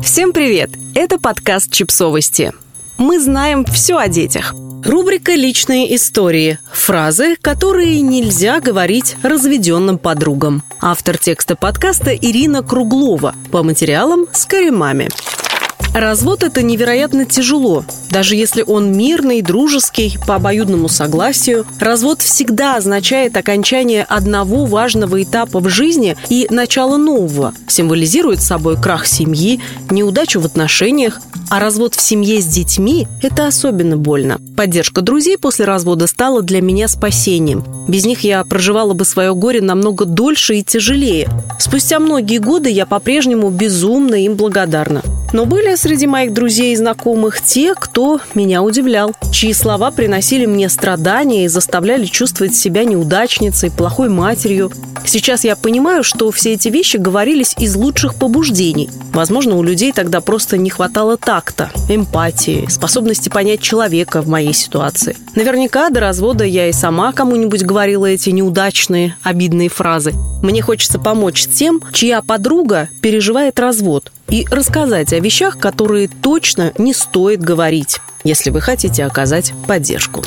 Всем привет! Это подкаст «Чипсовости». Мы знаем все о детях. Рубрика «Личные истории». Фразы, которые нельзя говорить разведенным подругам. Автор текста подкаста Ирина Круглова. По материалам Скоремами. Развод – это невероятно тяжело. Даже если он мирный, дружеский, по обоюдному согласию, развод всегда означает окончание одного важного этапа в жизни и начало нового. Символизирует собой крах семьи, неудачу в отношениях. А развод в семье с детьми – это особенно больно. Поддержка друзей после развода стала для меня спасением. Без них я проживала бы свое горе намного дольше и тяжелее. Спустя многие годы я по-прежнему безумно им благодарна. Но были среди моих друзей и знакомых те, кто меня удивлял, чьи слова приносили мне страдания и заставляли чувствовать себя неудачницей, плохой матерью. Сейчас я понимаю, что все эти вещи говорились из лучших побуждений. Возможно, у людей тогда просто не хватало такта, эмпатии, способности понять человека в моей ситуации. Наверняка до развода я и сама кому-нибудь говорила эти неудачные, обидные фразы. Мне хочется помочь тем, чья подруга переживает развод, и рассказать о вещах, которые точно не стоит говорить, если вы хотите оказать поддержку.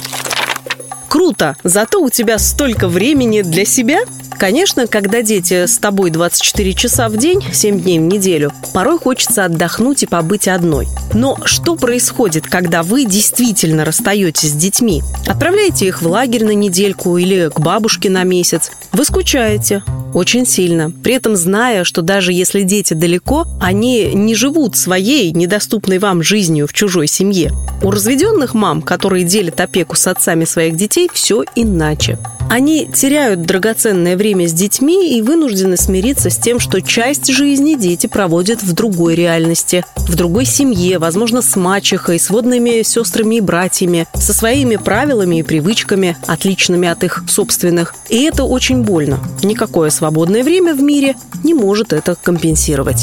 Круто! Зато у тебя столько времени для себя. Конечно, когда дети с тобой 24 часа в день, 7 дней в неделю, порой хочется отдохнуть и побыть одной. Но что происходит, когда вы действительно расстаетесь с детьми? Отправляете их в лагерь на недельку или к бабушке на месяц. Вы скучаете. Очень сильно. При этом зная, что даже если дети далеко, они не живут своей, недоступной вам жизнью в чужой семье. У разведенных мам, которые делят опеку с отцами своих детей, все иначе. Они теряют драгоценное время с детьми и вынуждены смириться с тем, что часть жизни дети проводят в другой реальности, в другой семье, возможно, с мачехой, сводными сестрами и братьями, со своими правилами и привычками, отличными от их собственных. И это очень больно. Никакое свободное время в мире не может это компенсировать.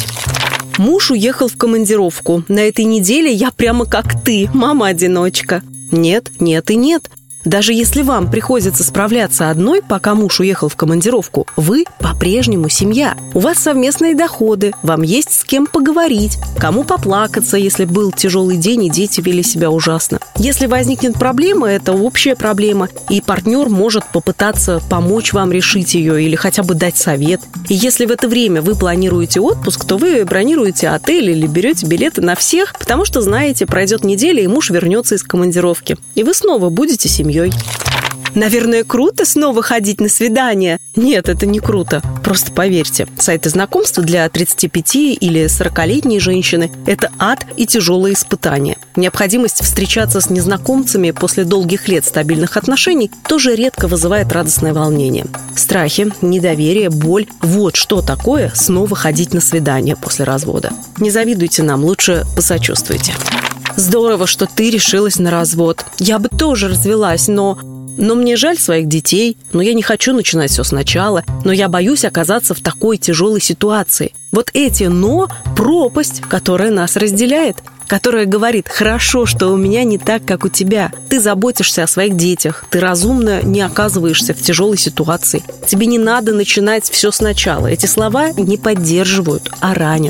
Муж уехал в командировку. На этой неделе я прямо как ты, мама-одиночка. Нет, нет и нет. Даже если вам приходится справляться одной, пока муж уехал в командировку, вы по-прежнему семья. У вас совместные доходы, вам есть с кем поговорить, кому поплакаться, если был тяжелый день и дети вели себя ужасно. Если возникнет проблема, это общая проблема, и партнер может попытаться помочь вам решить ее или хотя бы дать совет. И если в это время вы планируете отпуск, то вы бронируете отель или берете билеты на всех, потому что знаете, пройдет неделя, и муж вернется из командировки. И вы снова будете семьей. Наверное, круто снова ходить на свидания? Нет, это не круто. Просто поверьте, сайты знакомств для 35 или 40-летней женщины – это ад и тяжелые испытания. Необходимость встречаться с незнакомцами после долгих лет стабильных отношений тоже редко вызывает радостное волнение. Страхи, недоверие, боль – вот что такое снова ходить на свидания после развода. Не завидуйте нам, лучше посочувствуйте. Здорово, что ты решилась на развод. Я бы тоже развелась, но мне жаль своих детей, но я не хочу начинать все сначала, но я боюсь оказаться в такой тяжелой ситуации. Вот эти «но» – пропасть, которая нас разделяет, которая говорит: хорошо, что у меня не так, как у тебя. Ты заботишься о своих детях, ты разумно не оказываешься в тяжелой ситуации. Тебе не надо начинать все сначала. Эти слова не поддерживают, а ранят.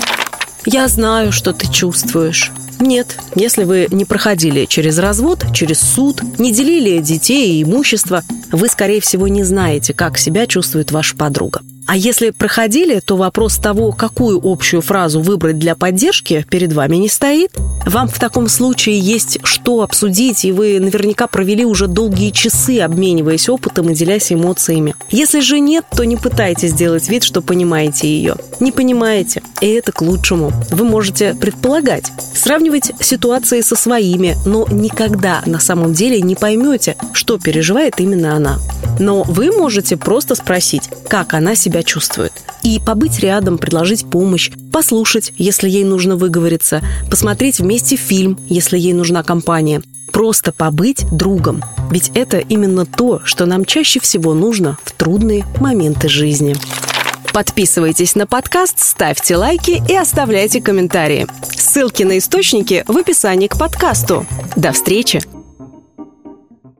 Я знаю, что ты чувствуешь. Нет, если вы не проходили через развод, через суд, не делили детей и имущество, вы, скорее всего, не знаете, как себя чувствует ваша подруга. А если проходили, то вопрос того, какую общую фразу выбрать для поддержки, перед вами не стоит. Вам в таком случае есть что обсудить, и вы наверняка провели уже долгие часы, обмениваясь опытом и делясь эмоциями. Если же нет, то не пытайтесь сделать вид, что понимаете ее. Не понимаете, и это к лучшему. Вы можете предполагать, сравнивать ситуации со своими, но никогда на самом деле не поймете, что переживает именно она. Но вы можете просто спросить, как она себя чувствует. И побыть рядом, предложить помощь, послушать, если ей нужно выговориться, посмотреть вместе фильм, если ей нужна компания. Просто побыть другом. Ведь это именно то, что нам чаще всего нужно в трудные моменты жизни. Подписывайтесь на подкаст, ставьте лайки и оставляйте комментарии. Ссылки на источники в описании к подкасту. До встречи!